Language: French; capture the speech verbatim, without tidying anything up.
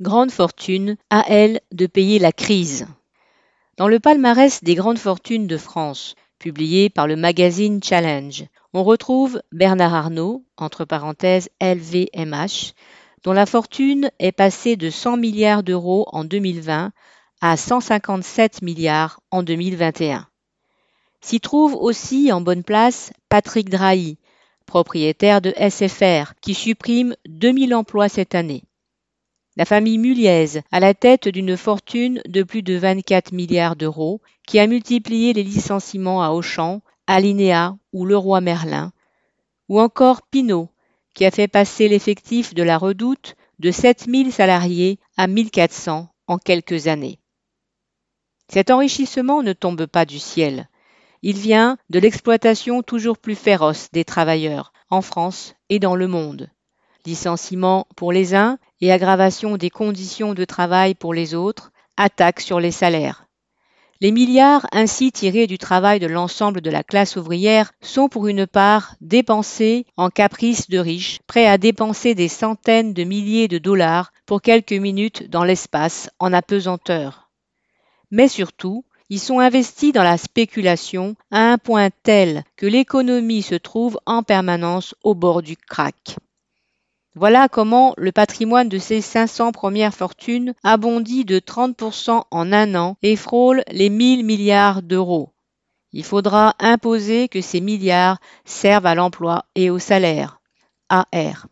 Grande fortune, à elle de payer la crise. Dans le palmarès des grandes fortunes de France, publié par le magazine Challenge, on retrouve Bernard Arnault, entre parenthèses L V M H, dont la fortune est passée de cent milliards d'euros en deux mille vingt à cent cinquante-sept milliards en deux mille vingt et un. S'y trouve aussi en bonne place Patrick Drahi, propriétaire de S F R, qui supprime deux mille emplois cette année. La famille Muliez, à la tête d'une fortune de plus de vingt-quatre milliards d'euros, qui a multiplié les licenciements à Auchan, Alinéa ou Leroy Merlin, ou encore Pinault, qui a fait passer l'effectif de la Redoute de sept mille salariés à mille quatre cents en quelques années. Cet enrichissement ne tombe pas du ciel. Il vient de l'exploitation toujours plus féroce des travailleurs, en France et dans le monde. Licenciements pour les uns et aggravation des conditions de travail pour les autres, attaques sur les salaires. Les milliards ainsi tirés du travail de l'ensemble de la classe ouvrière sont pour une part dépensés en caprices de riches, prêts à dépenser des centaines de milliers de dollars pour quelques minutes dans l'espace en apesanteur. Mais surtout, ils sont investis dans la spéculation à un point tel que l'économie se trouve en permanence au bord du krach. Voilà comment le patrimoine de ces cinq cents premières fortunes a bondi de trente pour cent en un an et frôle les mille milliards d'euros. Il faudra imposer que ces milliards servent à l'emploi et au salaire. A R